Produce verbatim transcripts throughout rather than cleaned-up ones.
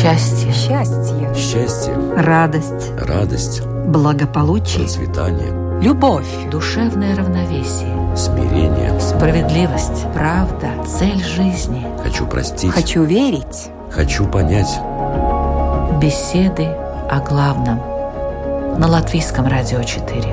Счастье. Счастье. Счастье. Радость. Радость. Благополучие. Процветание. Любовь. Душевное равновесие. Смирение. Справедливость. Правда. Цель жизни. Хочу простить. Хочу верить. Хочу понять. Беседы о главном. На Латвийском радио четыре.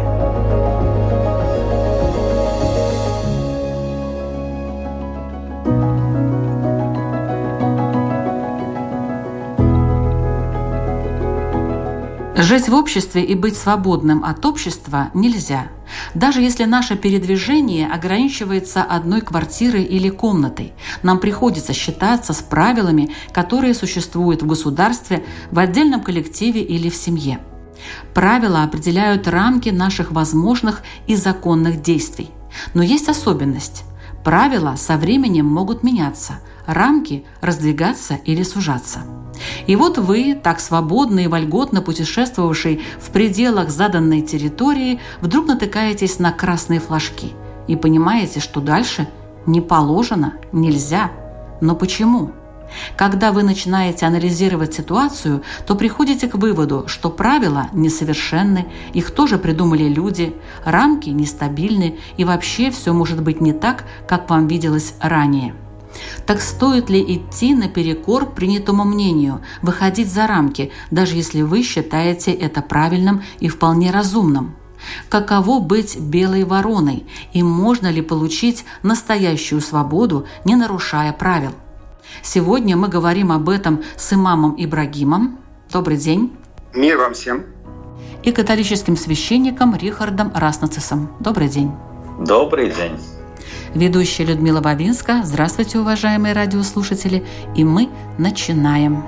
Жить в обществе и быть свободным от общества нельзя, даже если наше передвижение ограничивается одной квартирой или комнатой. Нам приходится считаться с правилами, которые существуют в государстве, в отдельном коллективе или в семье. Правила определяют рамки наших возможных и законных действий. Но есть особенность. Правила со временем могут меняться, рамки раздвигаться или сужаться. И вот вы, так свободно и вольготно путешествовавший в пределах заданной территории, вдруг натыкаетесь на красные флажки и понимаете, что дальше не положено, нельзя. Но почему? Когда вы начинаете анализировать ситуацию, то приходите к выводу, что правила несовершенны, их тоже придумали люди, рамки нестабильны и вообще все может быть не так, как вам виделось ранее. Так стоит ли идти наперекор принятому мнению, выходить за рамки, даже если вы считаете это правильным и вполне разумным? Каково быть белой вороной, и можно ли получить настоящую свободу, не нарушая правил? Сегодня мы говорим об этом с имамом Ибрагимом. Добрый день. Мир вам всем. И католическим священником Рихардом Раснацисом. Добрый день. Добрый день. Ведущая Людмила Бабинска. Здравствуйте, уважаемые радиослушатели. И мы начинаем.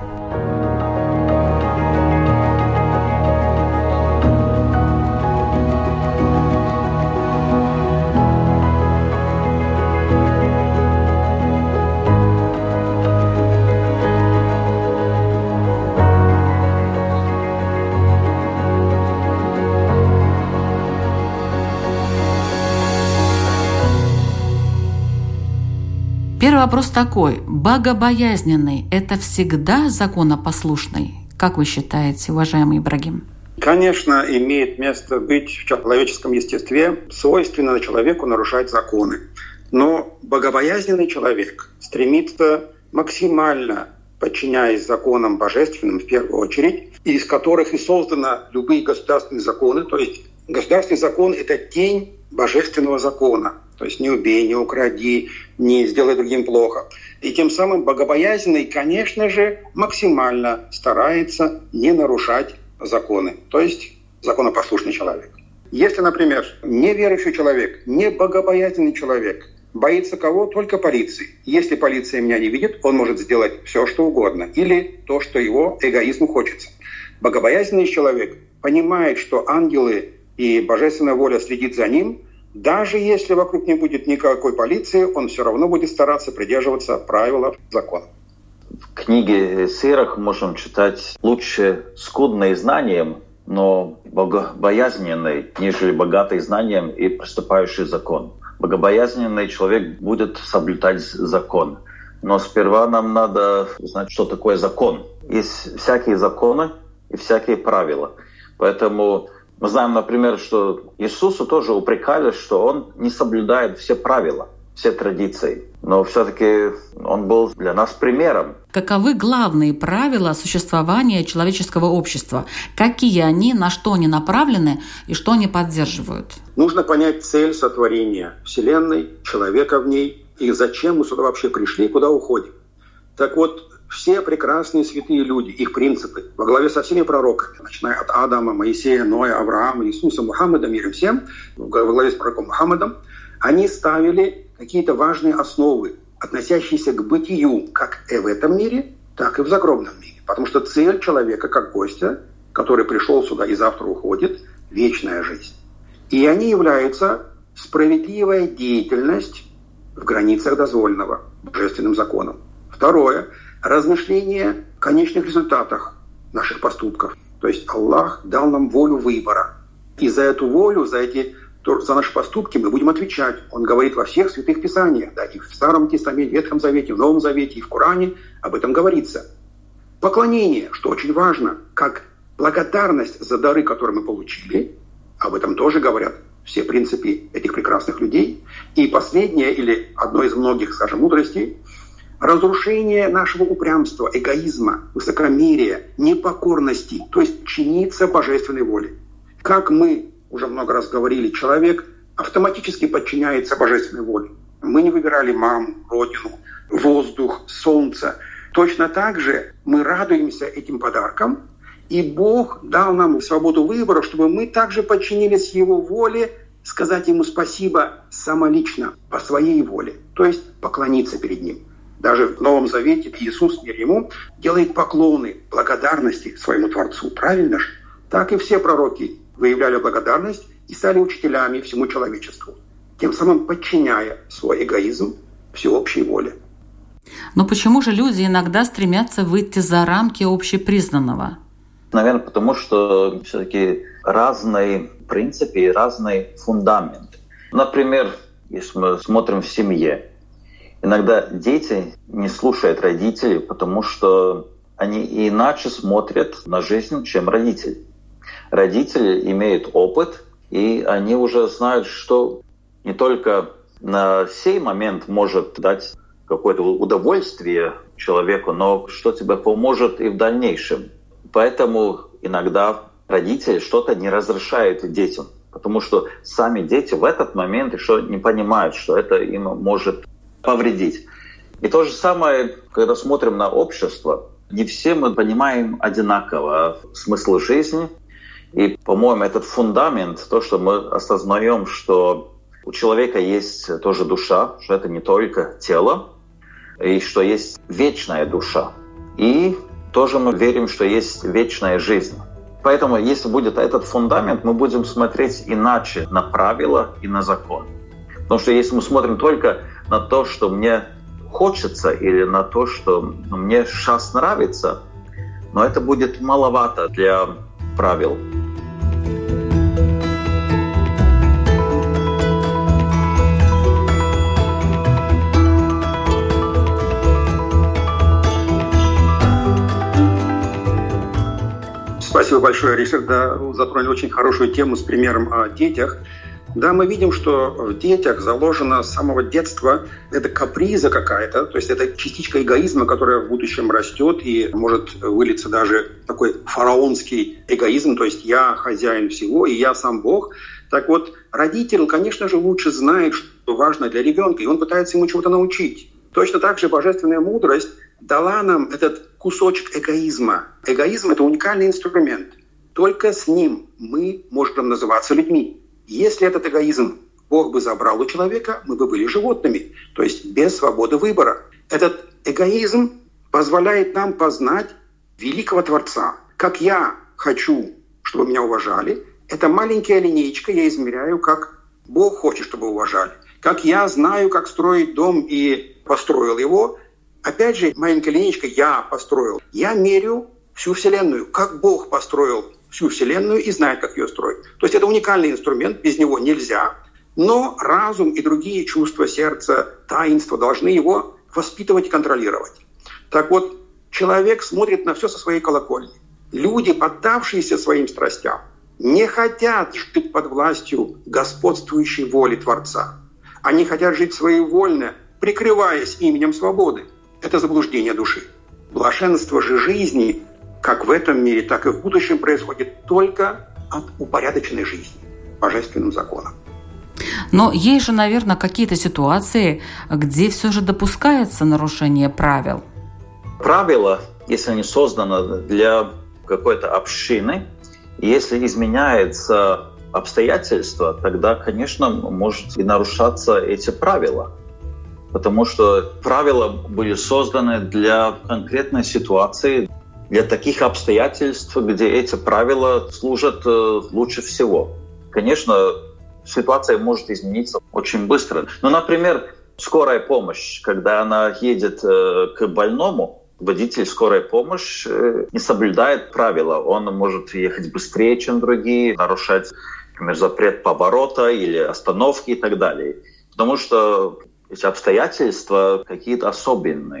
Первый вопрос такой. Богобоязненный – это всегда законопослушный? Как вы считаете, уважаемый Ибрагим? Конечно, имеет место быть в человеческом естестве, свойственно человеку нарушать законы. Но богобоязненный человек стремится максимально, подчиняясь законам божественным в первую очередь, из которых и созданы любые государственные законы. То есть государственный закон – это тень божественного закона. То есть не убей, не укради, не сделай другим плохо. И тем самым богобоязненный, конечно же, максимально старается не нарушать законы. То есть законопослушный человек. Если, например, неверующий человек, не богобоязненный человек боится кого? Только полиции. Если полиция меня не видит, он может сделать все, что угодно. Или то, что его эгоизму хочется. Богобоязненный человек понимает, что ангелы и божественная воля следит за ним. Даже если вокруг не будет никакой полиции, он все равно будет стараться придерживаться правил закона. В книге Сирах можем читать: «Лучше скудный знанием, но богобоязненный, нежели богатый знанием и приступающий закон». Богобоязненный человек будет соблюдать закон. Но сперва нам надо знать, что такое закон. Есть всякие законы и всякие правила. Поэтому мы знаем, например, что Иисусу тоже упрекали, что он не соблюдает все правила, все традиции. Но все-таки он был для нас примером. Каковы главные правила существования человеческого общества? Какие они, на что они направлены и что они поддерживают? Нужно понять цель сотворения Вселенной, человека в ней, и зачем мы сюда вообще пришли, куда уходим. Так вот, все прекрасные святые люди, их принципы, во главе со всеми пророками, начиная от Адама, Моисея, Ноя, Авраама, Иисуса, Мухаммеда, мир им всем, во главе с пророком Мухаммедом, они ставили какие-то важные основы, относящиеся к бытию как и в этом мире, так и в загробном мире. Потому что цель человека как гостя, который пришел сюда и завтра уходит, вечная жизнь. И они являются справедливая деятельность в границах дозволенного божественным законом. Второе – размышление в конечных результатах наших поступков. То есть Аллах дал нам волю выбора. И за эту волю, за, эти, за наши поступки мы будем отвечать. Он говорит во всех святых писаниях, да, и в Старом Тестаменте, в Ветхом Завете, в Новом Завете, и в Коране об этом говорится. Поклонение, что очень важно, как благодарность за дары, которые мы получили. Об этом тоже говорят все принципы этих прекрасных людей. И последнее, или одно из многих, скажем, мудростей, разрушение нашего упрямства, эгоизма, высокомерия, непокорности, то есть чиниться божественной воле. Как мы уже много раз говорили, человек автоматически подчиняется божественной воле. Мы не выбирали маму, родину, воздух, солнце. Точно так же мы радуемся этим подаркам, и Бог дал нам свободу выбора, чтобы мы также подчинились Его воле, сказать Ему спасибо самолично, по своей воле, то есть поклониться перед Ним. Даже в Новом Завете Иисус, мир Ему, делает поклоны, благодарности своему Творцу. Правильно же? Так и все пророки выявляли благодарность и стали учителями всему человечеству, тем самым подчиняя свой эгоизм всеобщей воле. Но почему же люди иногда стремятся выйти за рамки общепризнанного? Наверное, потому что все-таки разные принципы и разный фундамент. Например, если мы смотрим в семье, иногда дети не слушают родителей, потому что они иначе смотрят на жизнь, чем родители. Родители имеют опыт, и они уже знают, что не только на сей момент может дать какое-то удовольствие человеку, но что тебе поможет и в дальнейшем. Поэтому иногда родители что-то не разрешают детям, потому что сами дети в этот момент еще не понимают, что это им может повредить. И то же самое, когда смотрим на общество, не все мы понимаем одинаково смысл жизни. И, по-моему, этот фундамент, то, что мы осознаем, что у человека есть тоже душа, что это не только тело, и что есть вечная душа. И тоже мы верим, что есть вечная жизнь. Поэтому, если будет этот фундамент, мы будем смотреть иначе на правила и на закон. Потому что если мы смотрим только на то, что мне хочется, или на то, что мне сейчас нравится, но это будет маловато для правил. Спасибо большое, Ришард. Да, затронули очень хорошую тему с примером о детях. Да, мы видим, что в детях заложено с самого детства это каприза какая-то, то есть это частичка эгоизма, которая в будущем растет и может вылиться даже в такой фараонский эгоизм, то есть я хозяин всего, и я сам Бог. Так вот, родитель, конечно же, лучше знает, что важно для ребенка, и он пытается ему чего-то научить. Точно так же божественная мудрость дала нам этот кусочек эгоизма. Эгоизм – это уникальный инструмент. Только с ним мы можем называться людьми. Если этот эгоизм Бог бы забрал у человека, мы бы были животными, то есть без свободы выбора. Этот эгоизм позволяет нам познать великого Творца. Как я хочу, чтобы меня уважали, это маленькая линейка, я измеряю, как Бог хочет, чтобы уважали. Как я знаю, как строить дом и построил его, опять же, маленькая линейка «я построил». Я мерю всю Вселенную, как Бог построил всю Вселенную и знает, как ее строить. То есть это уникальный инструмент, без него нельзя. Но разум и другие чувства сердца, таинства должны его воспитывать и контролировать. Так вот, человек смотрит на все со своей колокольни. Люди, поддавшиеся своим страстям, не хотят жить под властью господствующей воли Творца. Они хотят жить своевольно, прикрываясь именем свободы. Это заблуждение души. Блаженство же жизни, как в этом мире, так и в будущем, происходит только от упорядоченной жизни, божественным законом. Но есть же, наверное, какие-то ситуации, где все же допускается нарушение правил. Правила, если они созданы для какой-то общины, если изменяются обстоятельства, тогда, конечно, может и нарушаться эти правила. Потому что правила были созданы для конкретной ситуации, для таких обстоятельств, где эти правила служат лучше всего. Конечно, ситуация может измениться очень быстро. Ну, например, скорая помощь, когда она едет к больному, водитель скорой помощи не соблюдает правила. Он может ехать быстрее, чем другие, нарушать, например, запрет поворота или остановки и так далее. Потому что эти обстоятельства какие-то особенные.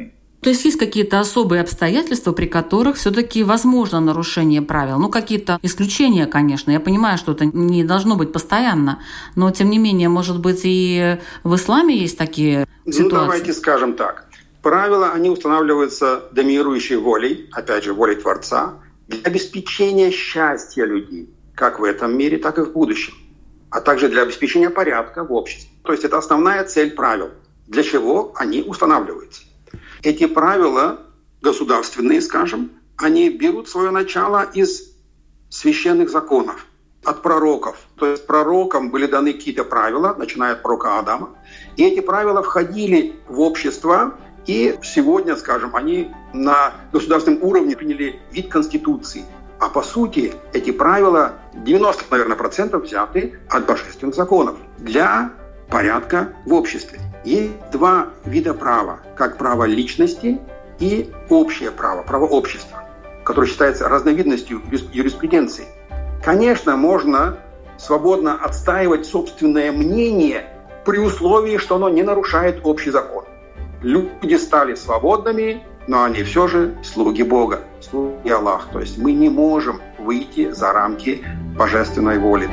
То есть есть какие-то особые обстоятельства, при которых все-таки возможно нарушение правил? Ну, какие-то исключения, конечно. Я понимаю, что это не должно быть постоянно, но, тем не менее, может быть, и в исламе есть такие ситуации? Ну, давайте скажем так. Правила, они устанавливаются доминирующей волей, опять же, волей Творца, для обеспечения счастья людей, как в этом мире, так и в будущем, а также для обеспечения порядка в обществе. То есть это основная цель правил, для чего они устанавливаются. Эти правила, государственные, скажем, они берут свое начало из священных законов, от пророков. То есть пророкам были даны какие-то правила, начиная от пророка Адама. И эти правила входили в общество, и сегодня, скажем, они на государственном уровне приняли вид Конституции. А по сути эти правила девяносто, наверное, процентов взяты от божественных законов для порядка в обществе. Есть два вида права, как право личности и общее право, право общества, которое считается разновидностью юриспруденции. Конечно, можно свободно отстаивать собственное мнение при условии, что оно не нарушает общий закон. Люди стали свободными, но они все же слуги Бога, слуги Аллаха. То есть мы не можем выйти за рамки божественной воли.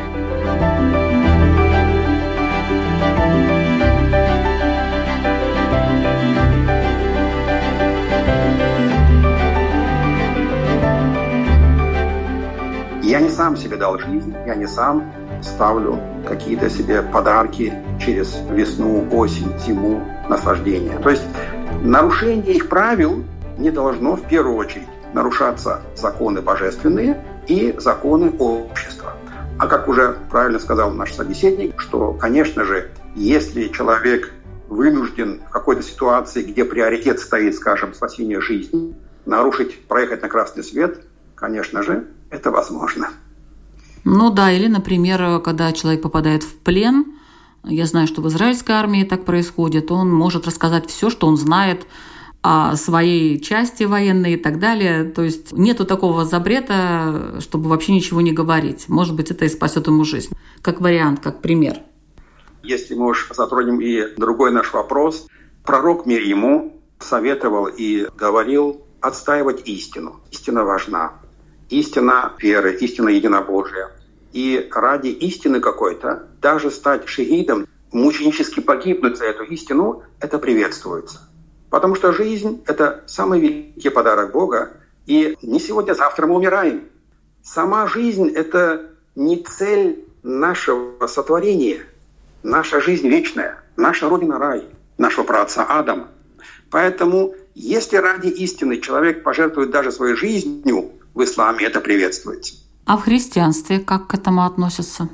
Я не сам себе дал жизнь, я не сам ставлю какие-то себе подарки через весну, осень, зиму, наслаждение. То есть нарушение их правил не должно в первую очередь нарушаться законы божественные и законы общества. А как уже правильно сказал наш собеседник, что, конечно же, если человек вынужден в какой-то ситуации, где приоритет стоит, скажем, спасение жизни, нарушить, проехать на красный свет, конечно же, это возможно. Ну да, или, например, когда человек попадает в плен, я знаю, что в израильской армии так происходит, он может рассказать все, что он знает о своей части военной и так далее. То есть нету такого запрета, чтобы вообще ничего не говорить. Может быть, это и спасет ему жизнь. Как вариант, как пример. Если мы уж затронем и другой наш вопрос, пророк мир ему советовал и говорил отстаивать истину. Истина важна. Истина веры, истина единобожия. И ради истины какой-то, даже стать шахидом, мученически погибнуть за эту истину, это приветствуется. Потому что жизнь – это самый великий подарок Бога. И не сегодня, завтра мы умираем. Сама жизнь – это не цель нашего сотворения. Наша жизнь вечная, наша Родина – рай, нашего праотца Адама. Поэтому, если ради истины человек пожертвует даже своей жизнью, в исламе это приветствуется. А в христианстве как к этому относятся?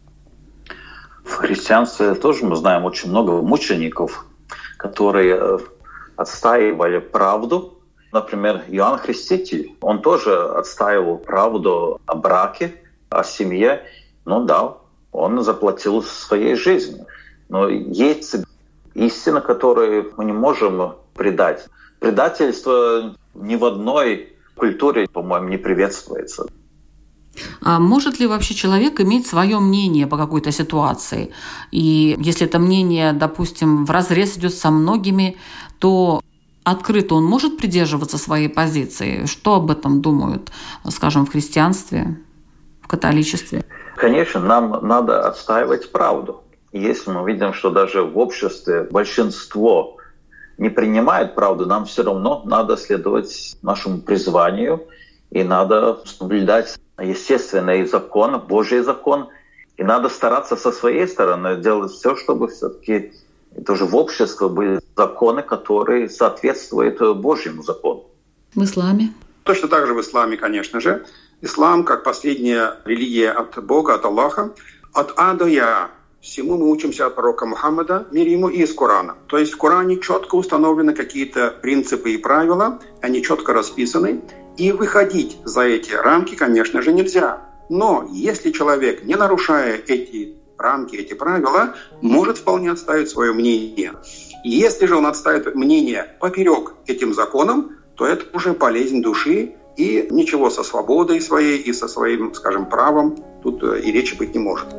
В христианстве тоже мы знаем очень много мучеников, которые отстаивали правду. Например, Иоанн Креститель, он тоже отстаивал правду о браке, о семье. Ну да, он заплатил своей жизнью. Но есть истина, которую мы не можем предать. Предательство ни в одной культуре, по-моему, не приветствуется. А может ли вообще человек иметь свое мнение по какой-то ситуации? И если это мнение, допустим, вразрез идет со многими, то открыто он может придерживаться своей позиции? Что об этом думают, скажем, в христианстве, в католичестве? Конечно, нам надо отстаивать правду. Если мы видим, что даже в обществе большинство не принимает правду, нам все равно надо следовать нашему призванию, и надо соблюдать естественный закон, Божий закон, и надо стараться со своей стороны делать все, чтобы все-таки тоже в обществе были законы, которые соответствуют Божьему закону. В исламе? Точно так же в исламе, конечно же. Ислам, как последняя религия от Бога, от Аллаха, от А до Я. Всему мы учимся от пророка Мухаммада, мир ему, и из Корана. То есть в Коране четко установлены какие-то принципы и правила, они четко расписаны, и выходить за эти рамки, конечно же, нельзя. Но если человек, не нарушая эти рамки, эти правила, может вполне отставить свое мнение. И если же он отставит мнение поперек этим законам, то это уже болезнь души, и ничего со свободой своей и со своим, скажем, правом тут и речи быть не может.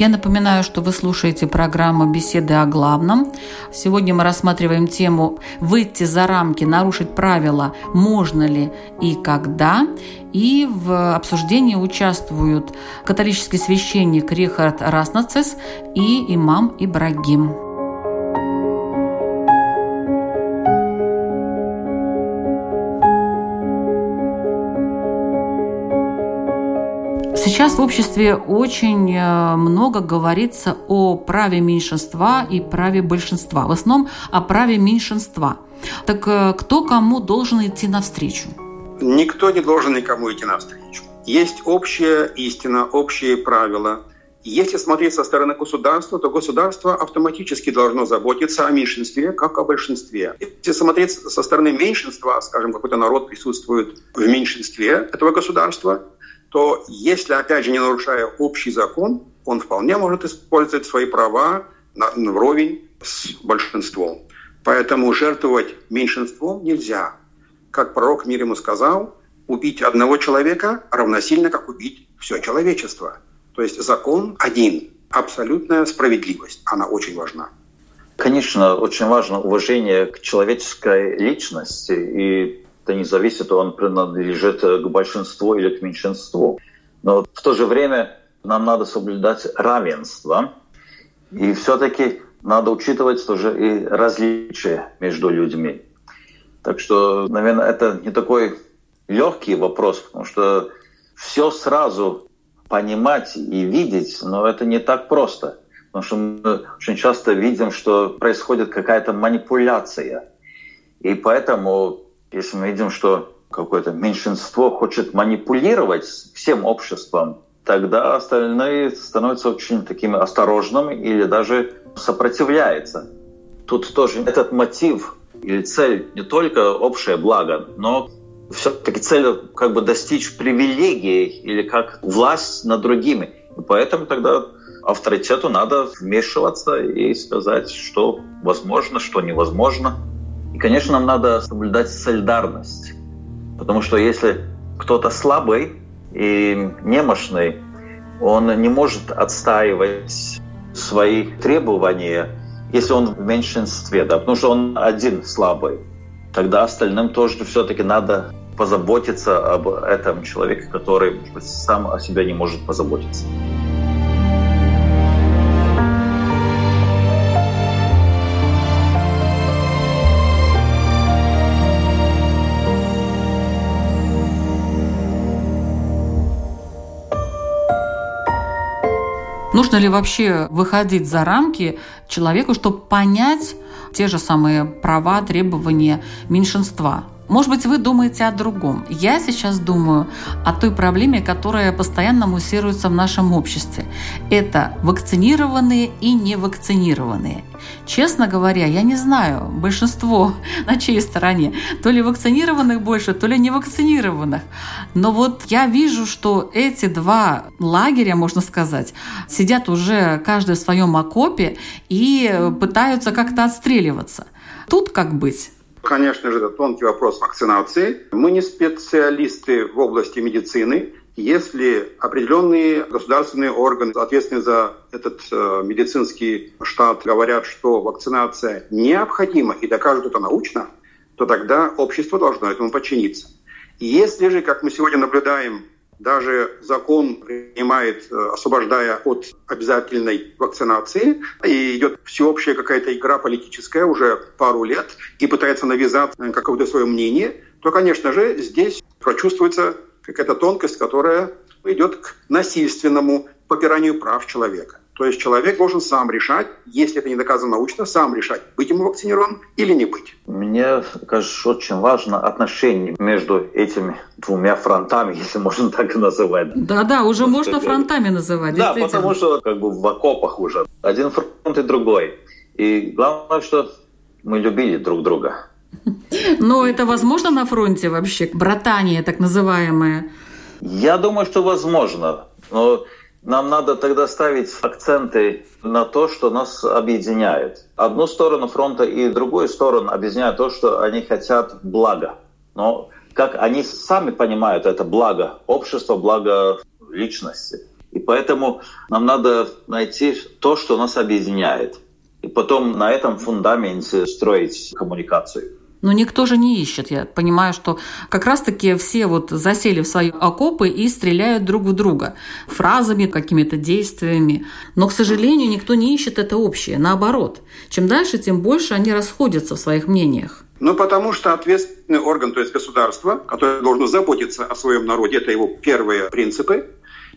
Я напоминаю, что вы слушаете программу «Беседы о главном». Сегодня мы рассматриваем тему «Выйти за рамки, нарушить правила, можно ли и когда?». И в обсуждении участвуют католический священник Рихард Раснацис и имам Ибрагим. Сейчас в обществе очень много говорится о праве меньшинства и праве большинства. В основном о праве меньшинства. Так кто кому должен идти навстречу? Никто не должен никому идти навстречу. Есть общая истина, общие правила. Если смотреть со стороны государства, то государство автоматически должно заботиться о меньшинстве, как о большинстве. Если смотреть со стороны меньшинства, скажем, какой-то народ присутствует в меньшинстве этого государства, то если, опять же, не нарушая общий закон, он вполне может использовать свои права вровень с большинством. Поэтому жертвовать меньшинством нельзя. Как пророк мир ему сказал, убить одного человека равносильно, как убить все человечество. То есть закон один, абсолютная справедливость, она очень важна. Конечно, очень важно уважение к человеческой личности, и это не зависит, он принадлежит к большинству или к меньшинству. Но в то же время нам надо соблюдать равенство. И все-таки надо учитывать тоже и различия между людьми. Так что, наверное, это не такой легкий вопрос, потому что все сразу понимать и видеть, но это не так просто. Потому что мы очень часто видим, что происходит какая-то манипуляция. И поэтому если мы видим, что какое-то меньшинство хочет манипулировать всем обществом, тогда остальные становятся очень такими осторожными или даже сопротивляются. Тут тоже этот мотив или цель не только общее благо, но все-таки цель как бы достичь привилегий или как власть над другими. И поэтому тогда авторитету надо вмешиваться и сказать, что возможно, что невозможно. И, конечно, нам надо соблюдать солидарность, потому что если кто-то слабый и немощный, он не может отстаивать свои требования, если он в меньшинстве, да, потому что он один слабый. Тогда остальным тоже все-таки надо позаботиться об этом человеке, который, может быть, сам о себе не может позаботиться. Нужно ли вообще выходить за рамки человеку, чтобы понять те же самые права, требования меньшинства? Может быть, вы думаете о другом. Я сейчас думаю о той проблеме, которая постоянно муссируется в нашем обществе. Это вакцинированные и невакцинированные. Честно говоря, я не знаю, большинство на чьей стороне. То ли вакцинированных больше, то ли невакцинированных. Но вот я вижу, что эти два лагеря, можно сказать, сидят уже каждый в своем окопе и пытаются как-то отстреливаться. Тут как быть? Конечно же, это тонкий вопрос вакцинации. Мы не специалисты в области медицины. Если определенные государственные органы, ответственные за этот э, медицинский штат, говорят, что вакцинация необходима и докажут это научно, то тогда общество должно этому подчиниться. Если же, как мы сегодня наблюдаем, даже закон принимает, освобождая от обязательной вакцинации, и идет всеобщая какая-то игра политическая уже пару лет, и пытается навязать какое-то свое мнение, то, конечно же, здесь прочувствуется какая-то тонкость, которая идет к насильственному попиранию прав человека. То есть человек должен сам решать, если это не доказано научно, сам решать, быть ему вакцинирован или не быть. Мне кажется, очень важно отношение между этими двумя фронтами, если можно так и называть. Да-да, уже потому можно фронтами называть. Да, потому что как бы в окопах уже один фронт и другой. И главное, что мы любили друг друга. Но это возможно на фронте вообще? Братание так называемое? Я думаю, что возможно. Но нам надо тогда ставить акценты на то, что нас объединяет. Одну сторону фронта и другую сторону объединяет то, что они хотят блага. Но как они сами понимают это благо общества, благо личности. И поэтому нам надо найти то, что нас объединяет. И потом на этом фундаменте строить коммуникацию. Но никто же не ищет. Я понимаю, что как раз-таки все вот засели в свои окопы и стреляют друг в друга фразами, какими-то действиями. Но, к сожалению, никто не ищет это общее. Наоборот, чем дальше, тем больше они расходятся в своих мнениях. Ну, потому что ответственный орган, то есть государство, которое должно заботиться о своем народе, это его первые принципы,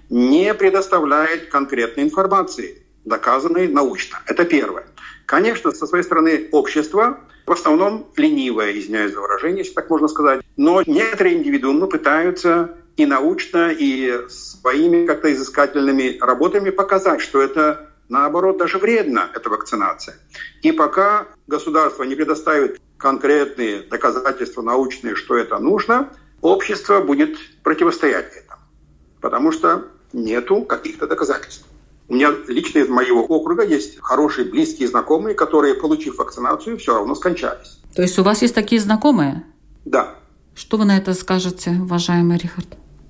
не предоставляет конкретной информации, доказанной научно. Это первое. Конечно, со своей стороны общество в основном ленивое, извиняюсь за выражение, если так можно сказать. Но некоторые индивидуумы пытаются и научно, и своими как-то изыскательными работами показать, что это, наоборот, даже вредно, эта вакцинация. И пока государство не предоставит конкретные доказательства научные, что это нужно, общество будет противостоять этому. Потому что нету каких-то доказательств. У меня лично из моего округа есть хорошие, близкие знакомые, которые, получив вакцинацию, все равно скончались. То есть у вас есть такие знакомые? Да. Что вы на это скажете, уважаемый Рихард?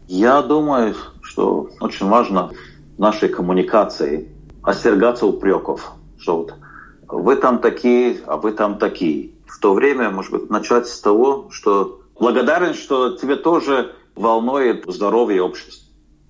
Я думаю, что очень важно в нашей коммуникации остерегаться упреков, что вот вы там такие, а вы там такие. В то время, может быть, начать с того, что благодарен, что тебе тоже волнует здоровье общества.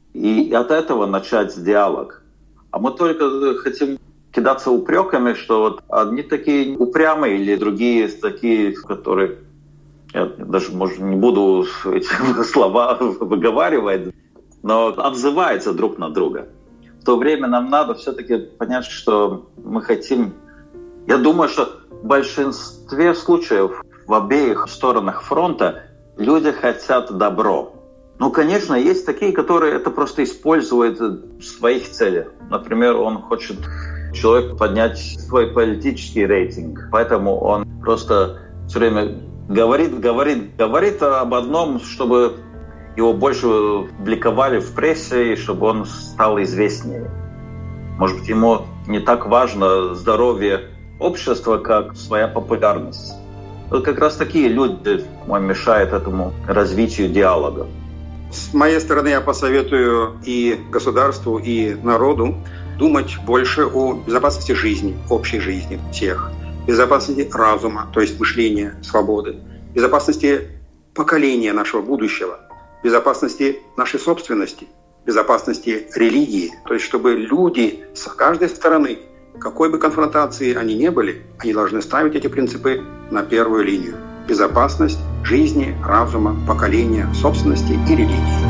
И от этого начать диалог. А мы только хотим кидаться упреками, что вот одни такие упрямые или другие такие, которые... Я даже, может, не буду эти слова выговаривать, но обзываются друг на друга. В то время нам надо все-таки понять, что мы хотим... Я думаю, что в большинстве случаев в обеих сторонах фронта люди хотят добро. Ну, конечно, есть такие, которые это просто используют в своих целях. Например, он хочет человек поднять свой политический рейтинг, поэтому он просто все время говорит, говорит, говорит об одном, чтобы его больше публиковали в прессе, и чтобы он стал известнее. Может быть, ему не так важно здоровье общества, как своя популярность. Вот как раз такие люди мешают этому развитию диалога. С моей стороны я посоветую и государству, и народу думать больше о безопасности жизни, общей жизни всех, безопасности разума, то есть мышления, свободы, безопасности поколения нашего будущего, безопасности нашей собственности, безопасности религии. То есть чтобы люди с каждой стороны, какой бы конфронтации они ни были, они должны ставить эти принципы на первую линию. Безопасность жизни, разума, поколения, собственности и религии.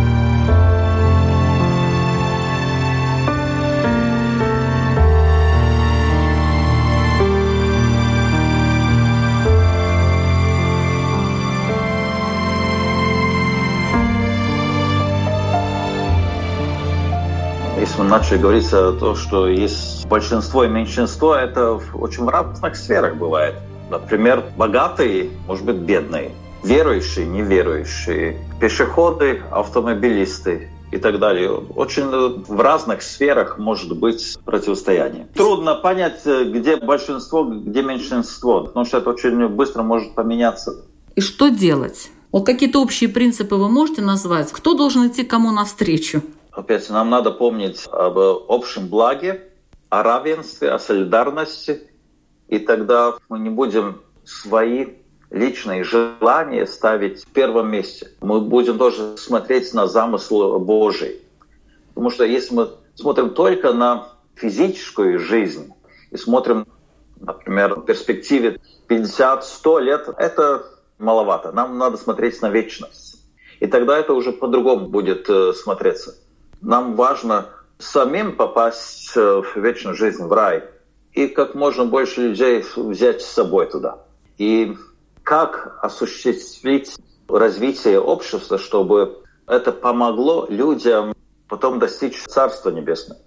Если мы начали говорить о том, что есть большинство и меньшинство, это очень в разных сферах бывает. Например, богатые, может быть, бедные, верующие, неверующие, пешеходы, автомобилисты и так далее. Очень в разных сферах может быть противостояние. Трудно понять, где большинство, где меньшинство, потому что это очень быстро может поменяться. И что делать? Вот какие-то общие принципы вы можете назвать? Кто должен идти кому навстречу? Опять, нам надо помнить об общем благе, о равенстве, о солидарности. И тогда мы не будем свои личные желания ставить в первом месте. Мы будем тоже смотреть на замысл Божий. Потому что если мы смотрим только на физическую жизнь и смотрим, например, в перспективе пятьдесят-сто лет, это маловато. Нам надо смотреть на вечность. И тогда это уже по-другому будет смотреться. Нам важно самим попасть в вечную жизнь, в рай. И как можно больше людей взять с собой туда. И как осуществить развитие общества, чтобы это помогло людям потом достичь Царства Небесного.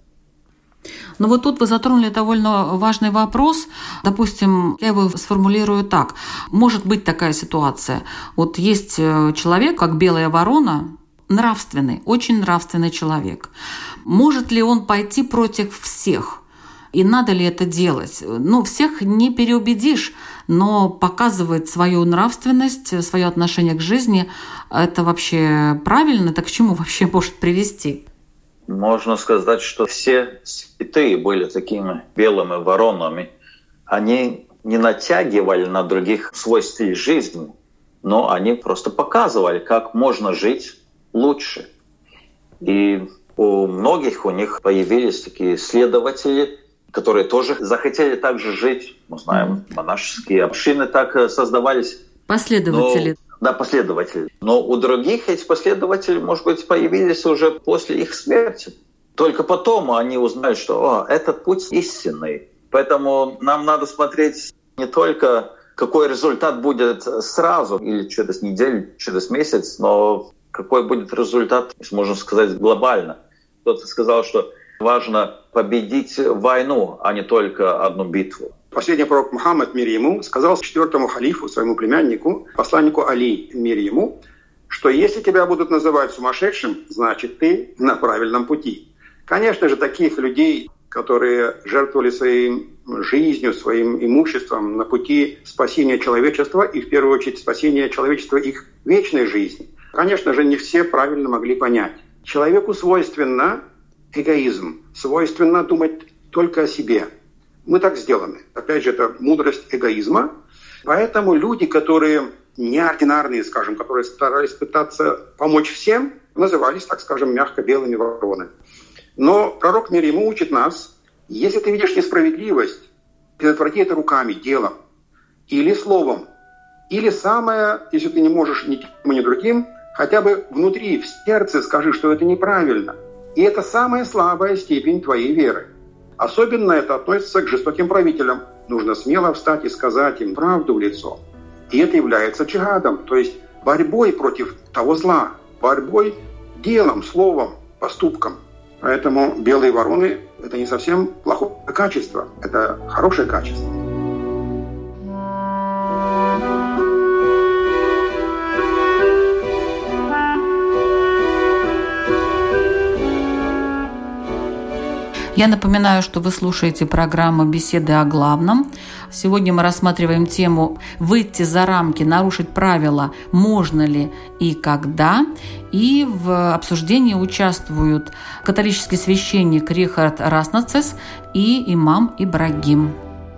Но вот тут вы затронули довольно важный вопрос. Допустим, я его сформулирую так. Может быть такая ситуация. Вот есть человек, как белая ворона, нравственный, очень нравственный человек. Может ли он пойти против всех? И надо ли это делать? Ну, всех не переубедишь, но показывать свою нравственность, свое отношение к жизни, это вообще правильно? Так к чему вообще может привести? Можно сказать, что все святые были такими белыми воронами. Они не натягивали на других свой стиль жизни, но они просто показывали, как можно жить лучше. И у многих у них появились такие следователи, которые тоже захотели так же жить. Мы знаем, монашеские общины так создавались. Последователи. Но, да, последователи. Но у других эти последователи, может быть, появились уже после их смерти. Только потом они узнали, что о, этот путь истинный. Поэтому нам надо смотреть не только, какой результат будет сразу, или через неделю, через месяц, но какой будет результат, если можно сказать, глобально. Кто-то сказал, что важно победить войну, а не только одну битву. Последний пророк Мухаммад, мир ему, сказал четвертому халифу, своему племяннику, посланнику Али, мир ему, что если тебя будут называть сумасшедшим, значит, ты на правильном пути. Конечно же, таких людей, которые жертвовали своей жизнью, своим имуществом на пути спасения человечества и, в первую очередь, спасения человечества их вечной жизни, конечно же, не все правильно могли понять. Человеку свойственно эгоизм, свойственно думать только о себе. Мы так сделаны. Опять же, это мудрость эгоизма. Поэтому люди, которые неординарные, скажем, которые старались пытаться помочь всем, назывались, так скажем, мягко белыми воронами. Но пророк мир ему учит нас, если ты видишь несправедливость, предотврати это руками, делом, или словом, или самое, если ты не можешь ни тем, ни другим, хотя бы внутри, в сердце скажи, что это неправильно. И это самая слабая степень твоей веры. Особенно это относится к жестоким правителям. Нужно смело встать и сказать им правду в лицо. И это является джихадом, то есть борьбой против того зла, борьбой делом, словом, поступком. Поэтому белые вороны – это не совсем плохое качество, это хорошее качество. Я напоминаю, что вы слушаете программу «Беседы о главном». Сегодня мы рассматриваем тему «Выйти за рамки, нарушить правила, можно ли и когда?». И в обсуждении участвуют католический священник Рихард Раснацис и имам Ибрагим.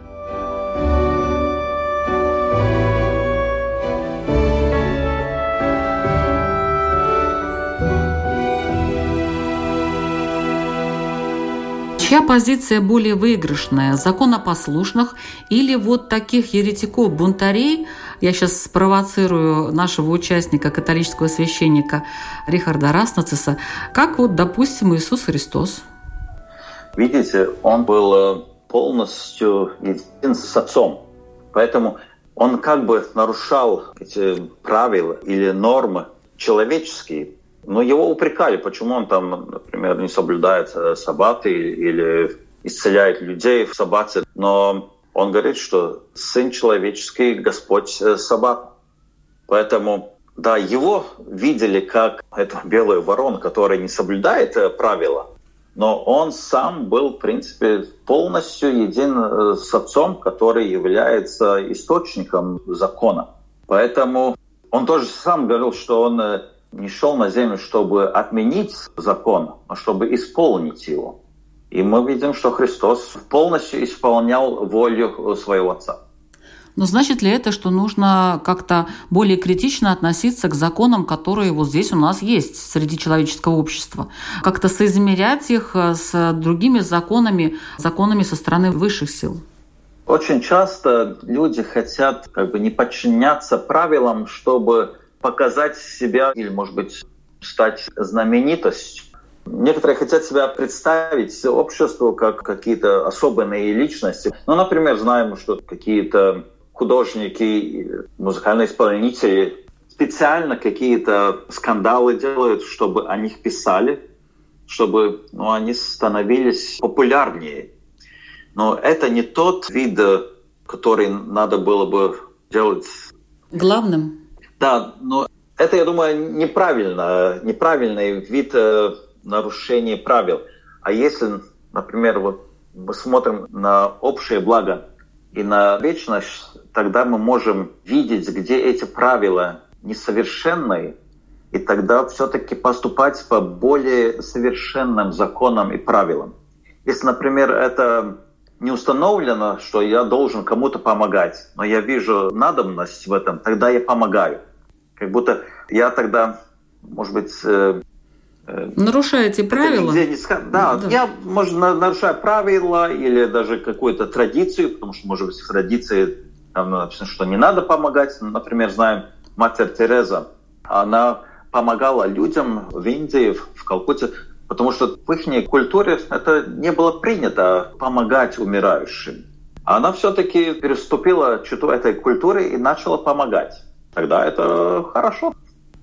Чья позиция более выигрышная? Законопослушных или вот таких еретиков-бунтарей? Я сейчас спровоцирую нашего участника, католического священника Рихарда Раснациса. Как вот, допустим, Иисус Христос? Видите, он был полностью един с Отцом. Поэтому он как бы нарушал эти правила или нормы человеческие. Но его упрекали, почему он там, например, не соблюдает саббаты или исцеляет людей в саббате. Но он говорит, что Сын Человеческий — Господь саббата. Поэтому, да, его видели как эту белую ворону, которая не соблюдает правила, но он сам был, в принципе, полностью един с Отцом, который является источником закона. Поэтому он тоже сам говорил, что он не шел на землю, чтобы отменить закон, а чтобы исполнить его. И мы видим, что Христос полностью исполнял волю своего Отца. Но значит ли это, что нужно как-то более критично относиться к законам, которые вот здесь у нас есть среди человеческого общества? Как-то соизмерять их с другими законами, законами со стороны высших сил? Очень часто люди хотят как бы не подчиняться правилам, чтобы показать себя или, может быть, стать знаменитостью. Некоторые хотят себя представить обществу как какие-то особенные личности. Ну, например, знаем, что какие-то художники, музыкальные исполнители специально какие-то скандалы делают, чтобы о них писали, чтобы ну, они становились популярнее. Но это не тот вид, который надо было бы делать главным. Да, но это, я думаю, неправильно, неправильный вид э, нарушения правил. А если, например, вот мы смотрим на общее благо и на вечность, тогда мы можем видеть, где эти правила несовершенные, и тогда все-таки поступать по более совершенным законам и правилам. Если, например, это не установлено, что я должен кому-то помогать, но я вижу надобность в этом, тогда я помогаю. Как будто я тогда, может быть... Э, э, Нарушаете правила? Не, да, да, я, может, нарушаю правила или даже какую-то традицию, потому что, может быть, в традиции там написано, что не надо помогать. Например, знаем, Матерь Тереза, она помогала людям в Индии, в Калкутте, потому что в их культуре это не было принято помогать умирающим. А она все-таки переступила черту этой культуры и начала помогать. Тогда это хорошо.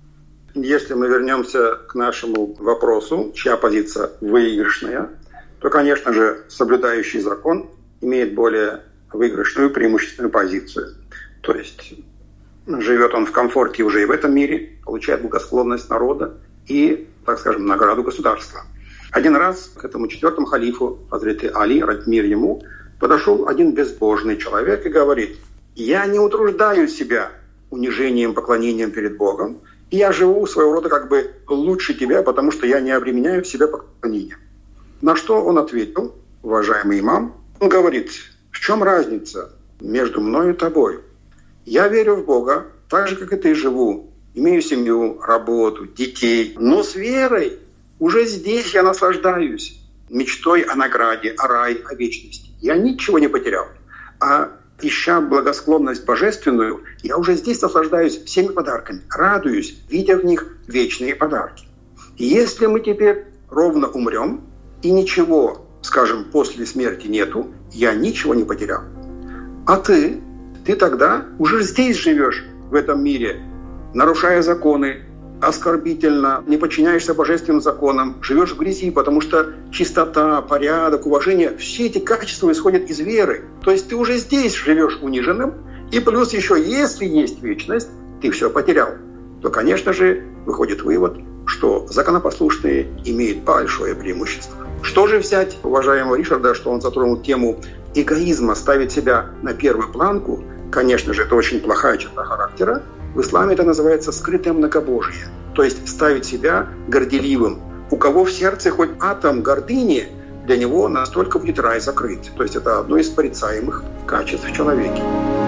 Если мы вернемся к нашему вопросу, чья позиция выигрышная, то, конечно же, соблюдающий закон имеет более выигрышную, преимущественную позицию. То есть живет он в комфорте уже и в этом мире, получает благосклонность народа и, так скажем, награду государства. Один раз к этому четвертому халифу, Хазрети Али, мир ему, подошел один безбожный человек и говорит: «Я не утруждаю себя унижением, поклонением перед Богом, и я живу своего рода как бы лучше тебя, потому что я не обременяю себя поклонением». На что он ответил: уважаемый имам, он говорит: в чем разница между мной и тобой? Я верю в Бога, так же, как и ты, живу, имею семью, работу, детей, но с верой уже здесь я наслаждаюсь мечтой о награде, о рае, о вечности. Я ничего не потерял. А ища благосклонность божественную, я уже здесь наслаждаюсь всеми подарками, радуюсь, видя в них вечные подарки. И если мы теперь ровно умрем, и ничего, скажем, после смерти нету, я ничего не потерял. А ты, ты тогда уже здесь живешь, в этом мире, нарушая законы, оскорбительно, не подчиняешься божественным законам, живешь в грязи, потому что чистота, порядок, уважение, все эти качества исходят из веры. То есть ты уже здесь живешь униженным, и плюс еще, если есть вечность, ты все потерял. То, конечно же, выходит вывод, что законопослушные имеют большое преимущество. Что же взять уважаемого Ришарда, что он затронул тему эгоизма, ставить себя на первую планку? Конечно же, это очень плохая черта характера. В исламе это называется скрытое многобожие, то есть ставить себя горделивым. У кого в сердце хоть атом гордыни, для него настолько будет рай закрыт. То есть это одно из порицаемых качеств в человеке.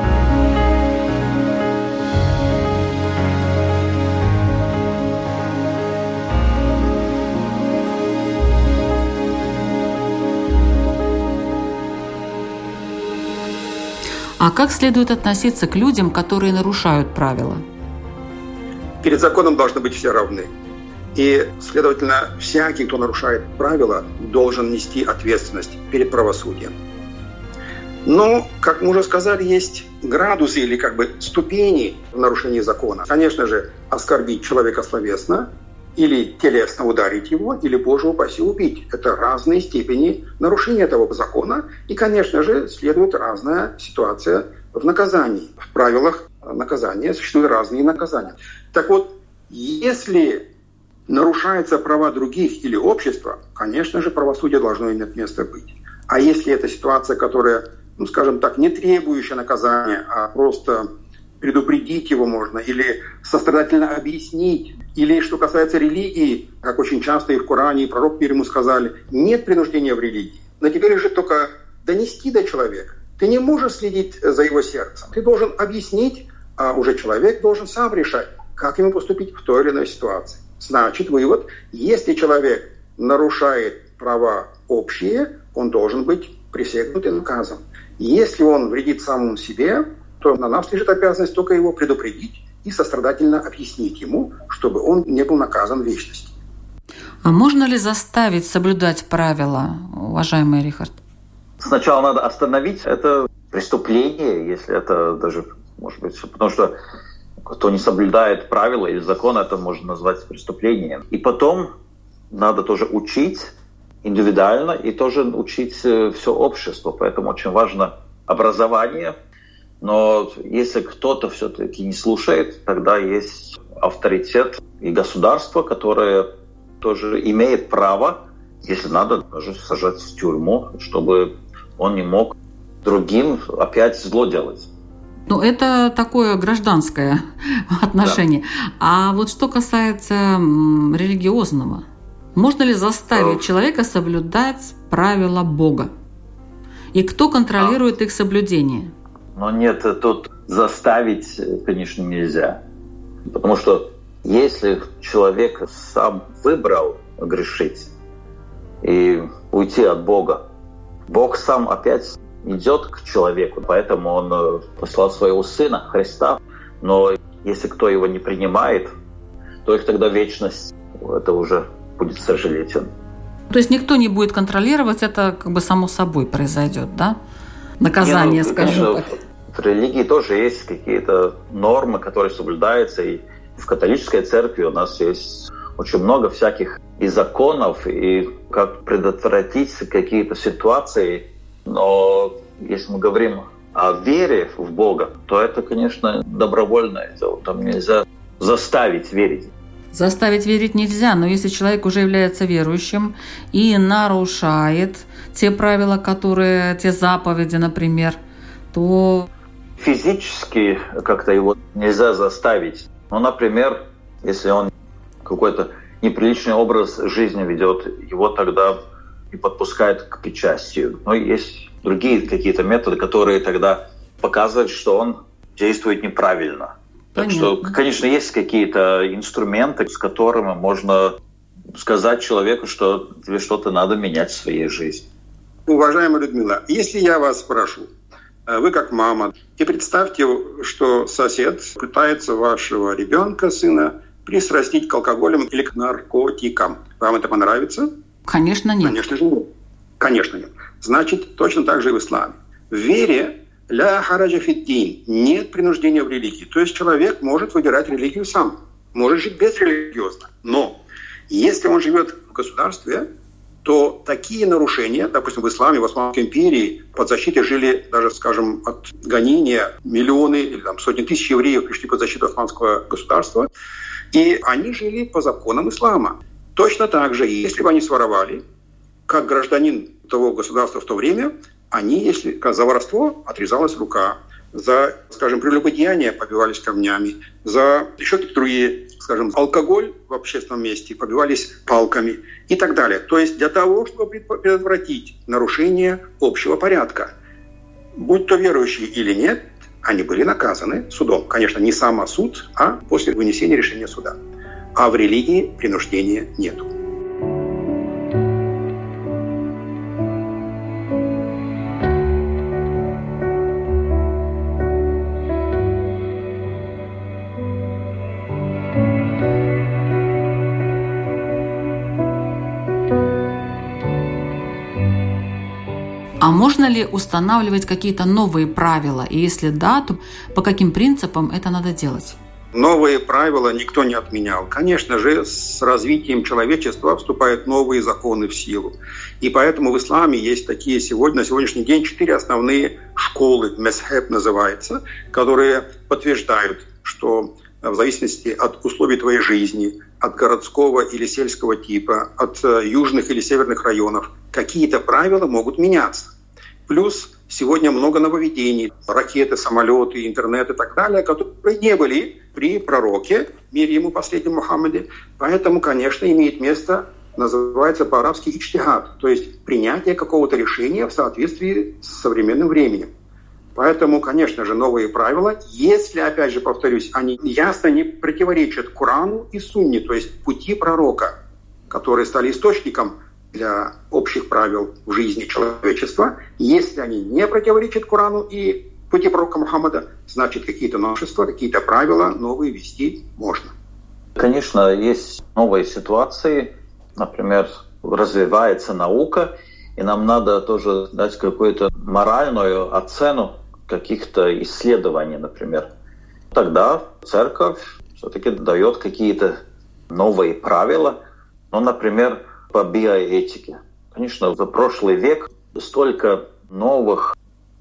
А как следует относиться к людям, которые нарушают правила? Перед законом должны быть все равны. И, следовательно, всякий, кто нарушает правила, должен нести ответственность перед правосудием. Но, как мы уже сказали, есть градусы или как бы ступени в нарушении закона. Конечно же, оскорбить человека словесно, или телесно ударить его, или, Боже упаси, убить. Это разные степени нарушения этого закона. И, конечно же, следует разная ситуация в наказании. В правилах наказания существуют разные наказания. Так вот, если нарушаются права других или общества, конечно же, правосудие должно иметь место быть. А если это ситуация, которая, ну, скажем так, не требующая наказания, а просто предупредить его можно, или сострадательно объяснить, или, что касается религии, как очень часто и в Коране, и пророк мир ему сказали, нет принуждения в религии. Но теперь уже только донести до человека. Ты не можешь следить за его сердцем. Ты должен объяснить, а уже человек должен сам решать, как ему поступить в той или иной ситуации. Значит, вывод, если человек нарушает права общие, он должен быть пресекнут и наказан. Если он вредит самому себе, то на нас лежит обязанность только его предупредить и сострадательно объяснить ему, чтобы он не был наказан в вечности. А можно ли заставить соблюдать правила, уважаемый Рихард? Сначала надо остановить это преступление, если это даже, может быть, потому что кто не соблюдает правила или закон, это можно назвать преступлением. И потом надо тоже учить индивидуально и тоже учить все общество. Поэтому очень важно образование. Но если кто-то все-таки не слушает, тогда есть авторитет и государство, которое тоже имеет право, если надо, даже сажать в тюрьму, чтобы он не мог другим опять зло делать. Ну, это такое гражданское отношение. Да. А вот что касается м, религиозного, можно ли заставить а... человека соблюдать правила Бога? И кто контролирует а... их соблюдение? Ну, нет, тут заставить, конечно, нельзя. Потому что если человек сам выбрал грешить и уйти от Бога, Бог сам опять идет к человеку, поэтому Он послал своего Сына, Христа. Но если кто его не принимает, то их тогда вечность, это уже будет сожалеть он. То есть никто не будет контролировать, это как бы само собой произойдет, да? Наказание, не, ну, скажем так. В религии тоже есть какие-то нормы, которые соблюдаются, и в католической церкви у нас есть очень много всяких и законов, и как предотвратить какие-то ситуации. Но если мы говорим о вере в Бога, то это, конечно, добровольное дело. Там нельзя заставить верить. Заставить верить нельзя, но если человек уже является верующим и нарушает те правила, которые, те заповеди, например, то... Физически как-то его нельзя заставить. Ну, например, если он какой-то неприличный образ жизни ведет, его тогда и подпускают к причастию. Но есть другие какие-то методы, которые тогда показывают, что он действует неправильно. Так что, конечно, есть какие-то инструменты, с которыми можно сказать человеку, что тебе что-то надо менять в своей жизни. Уважаемая Людмила, если я вас спрошу, вы как мама, и представьте, что сосед пытается вашего ребенка, сына, пристрастить к алкоголям или к наркотикам. Вам это понравится? Конечно, нет. Конечно же нет. Конечно нет. Значит, точно так же и в исламе. В вере «ля хараджа фид-дин» нет принуждения в религии. То есть человек может выбирать религию сам, может жить безрелигиозно. Но если он живет в государстве, то такие нарушения, допустим, в исламе, в Османской империи под защитой жили даже, скажем, от гонения миллионы или там, сотни тысяч евреев пришли под защиту османского государства, и они жили по законам ислама. Точно так же, если бы они своровали, как гражданин того государства в то время, они, если за воровство отрезалась рука, за, скажем, прелюбодеяние побивались камнями, за еще какие-то другие, скажем, алкоголь в общественном месте побивались палками и так далее. То есть для того, чтобы предотвратить нарушение общего порядка, будь то верующие или нет, они были наказаны судом. Конечно, не сам суд, а после вынесения решения суда. А в религии принуждения нету. А можно ли устанавливать какие-то новые правила? И если да, то по каким принципам это надо делать? Новые правила никто не отменял. Конечно же, с развитием человечества вступают новые законы в силу. И поэтому в исламе есть такие сегодня, на сегодняшний день четыре основные школы, мезхеб называется, которые подтверждают, что в зависимости от условий твоей жизни, от городского или сельского типа, от южных или северных районов, какие-то правила могут меняться. Плюс сегодня много нововведений, ракеты, самолеты, интернет и так далее, которые не были при пророке, мир ему последнем Мухаммаде. Поэтому, конечно, имеет место, называется по-арабски ичтихад, то есть принятие какого-то решения в соответствии с современным временем. Поэтому, конечно же, новые правила, если, опять же, повторюсь, они ясно не противоречат Корану и Сунне, то есть пути пророка, которые стали источником для общих правил в жизни человечества. Если они не противоречат Корану и пути пророка Мухаммада, значит, какие-то новшества, какие-то правила новые ввести можно. Конечно, есть новые ситуации. Например, развивается наука, и нам надо тоже дать какую-то моральную оценку каких-то исследований, например. Тогда церковь все-таки дает какие-то новые правила. Ну, например, по биоэтике. Конечно, за прошлый век столько новых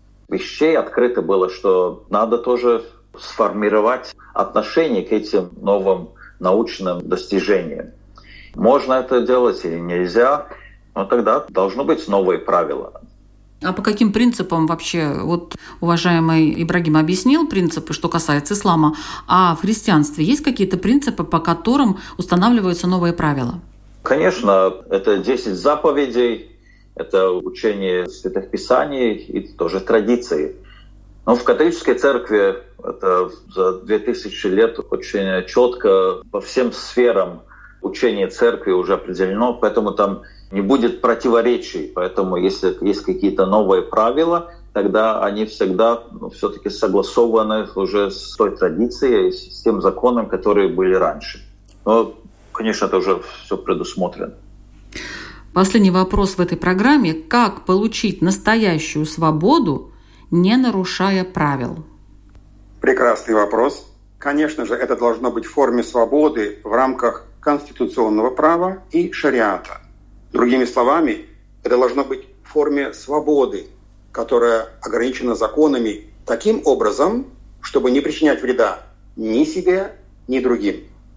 вещей открыто было, что надо тоже сформировать отношение к этим новым научным достижениям. Можно это делать или нельзя, но тогда должны быть новые правила. А по каким принципам вообще, вот уважаемый Ибрагим объяснил принципы, что касается ислама, а в христианстве есть какие-то принципы, по которым устанавливаются новые правила? Конечно, это десять заповедей, это учение Святых Писаний и тоже традиции. Но в католической церкви это за две тысячи лет очень четко по всем сферам учения церкви уже определено, поэтому там не будет противоречий. Поэтому если есть какие-то новые правила, тогда они всегда ну, все-таки согласованы уже с той традицией, с тем законом, которые были раньше. Но, конечно, это уже все предусмотрено. Последний вопрос в этой программе. Как получить настоящую свободу, не нарушая правил? Прекрасный вопрос. Конечно же, это должно быть в форме свободы в рамках конституционного права и шариата. Другими словами, это должно быть в форме свободы, которая ограничена законами таким образом, чтобы не причинять вреда ни себе, ни другим.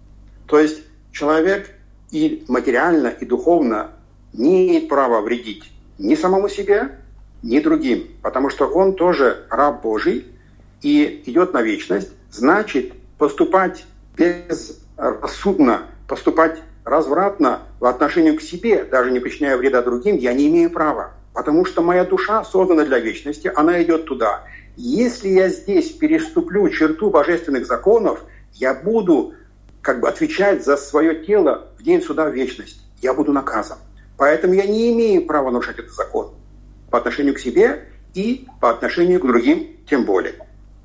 То есть человек и материально, и духовно не имеет права вредить ни самому себе, ни другим, потому что он тоже раб Божий и идет на вечность. Значит, поступать безрассудно, поступать развратно в отношении к себе, даже не причиняя вреда другим, я не имею права. Потому что моя душа создана для вечности, она идет туда. Если я здесь переступлю черту божественных законов, я буду как бы отвечать за свое тело в день суда в вечность. Я буду наказан. Поэтому я не имею права нарушать этот закон по отношению к себе и по отношению к другим тем более.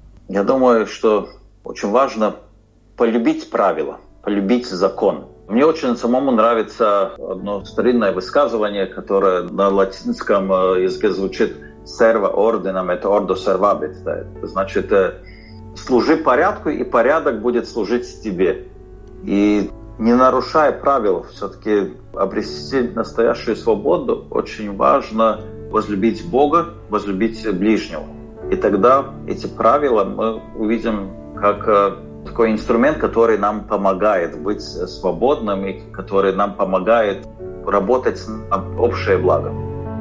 Я думаю, что очень важно полюбить правила, полюбить закон. Мне очень самому нравится одно старинное высказывание, которое на латинском языке звучит «serva ordinam et ordo servabit». Это значит «служи порядку, и порядок будет служить тебе». И не нарушая правил, все-таки обрести настоящую свободу, очень важно возлюбить Бога, возлюбить ближнего. И тогда эти правила мы увидим как такой инструмент, который нам помогает быть свободным и который нам помогает работать на общее благо.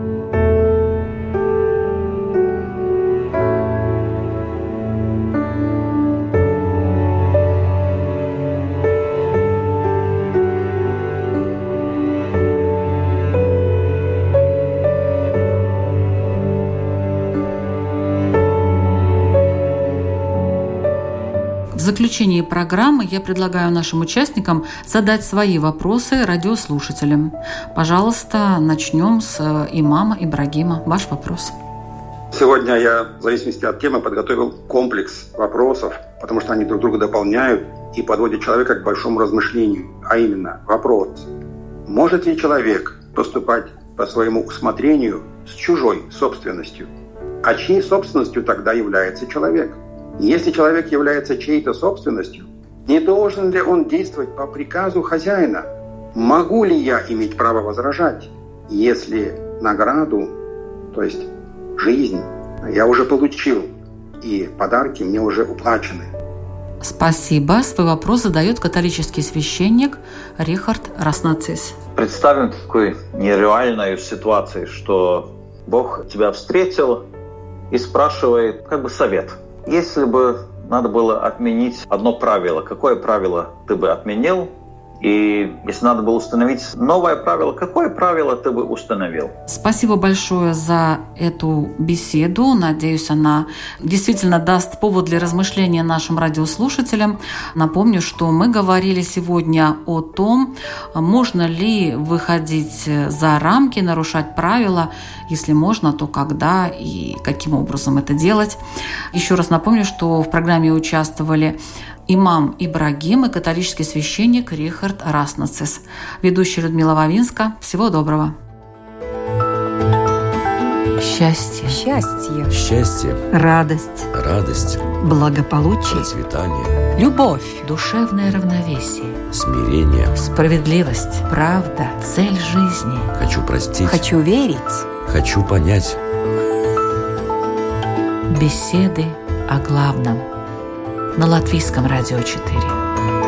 В заключении программы я предлагаю нашим участникам задать свои вопросы радиослушателям. Пожалуйста, начнем с имама Ибрагима. Ваш вопрос. Сегодня я, в зависимости от темы, подготовил комплекс вопросов, потому что они друг друга дополняют и подводят человека к большому размышлению. А именно, вопрос. Может ли человек поступать по своему усмотрению с чужой собственностью? А чьей собственностью тогда является человек? Если человек является чьей-то собственностью, не должен ли он действовать по приказу хозяина? Могу ли я иметь право возражать, если награду, то есть жизнь, я уже получил, и подарки мне уже уплачены? Спасибо. Свой вопрос задает католический священник Рихард Раснацис. Представим такую нереальную ситуацию, что Бог тебя встретил и спрашивает как бы совет. Если бы надо было отменить одно правило, какое правило ты бы отменил? И если надо было установить новое правило, какое правило ты бы установил? Спасибо большое за эту беседу. Надеюсь, она действительно даст повод для размышления нашим радиослушателям. Напомню, что мы говорили сегодня о том, можно ли выходить за рамки, нарушать правила. Если можно, то когда и каким образом это делать. Еще раз напомню, что в программе участвовали имам Ибрагим и католический священник Рихард Раснацис. Ведущая Людмила Вавинска. Всего доброго. Счастье. Счастье. Счастье. Радость. Радость. Благополучие. Процветание. Любовь. Душевное равновесие. Смирение. Справедливость. Правда. Цель жизни. Хочу простить. Хочу верить. Хочу понять. Беседы о главном. На Латвийском радио четыре.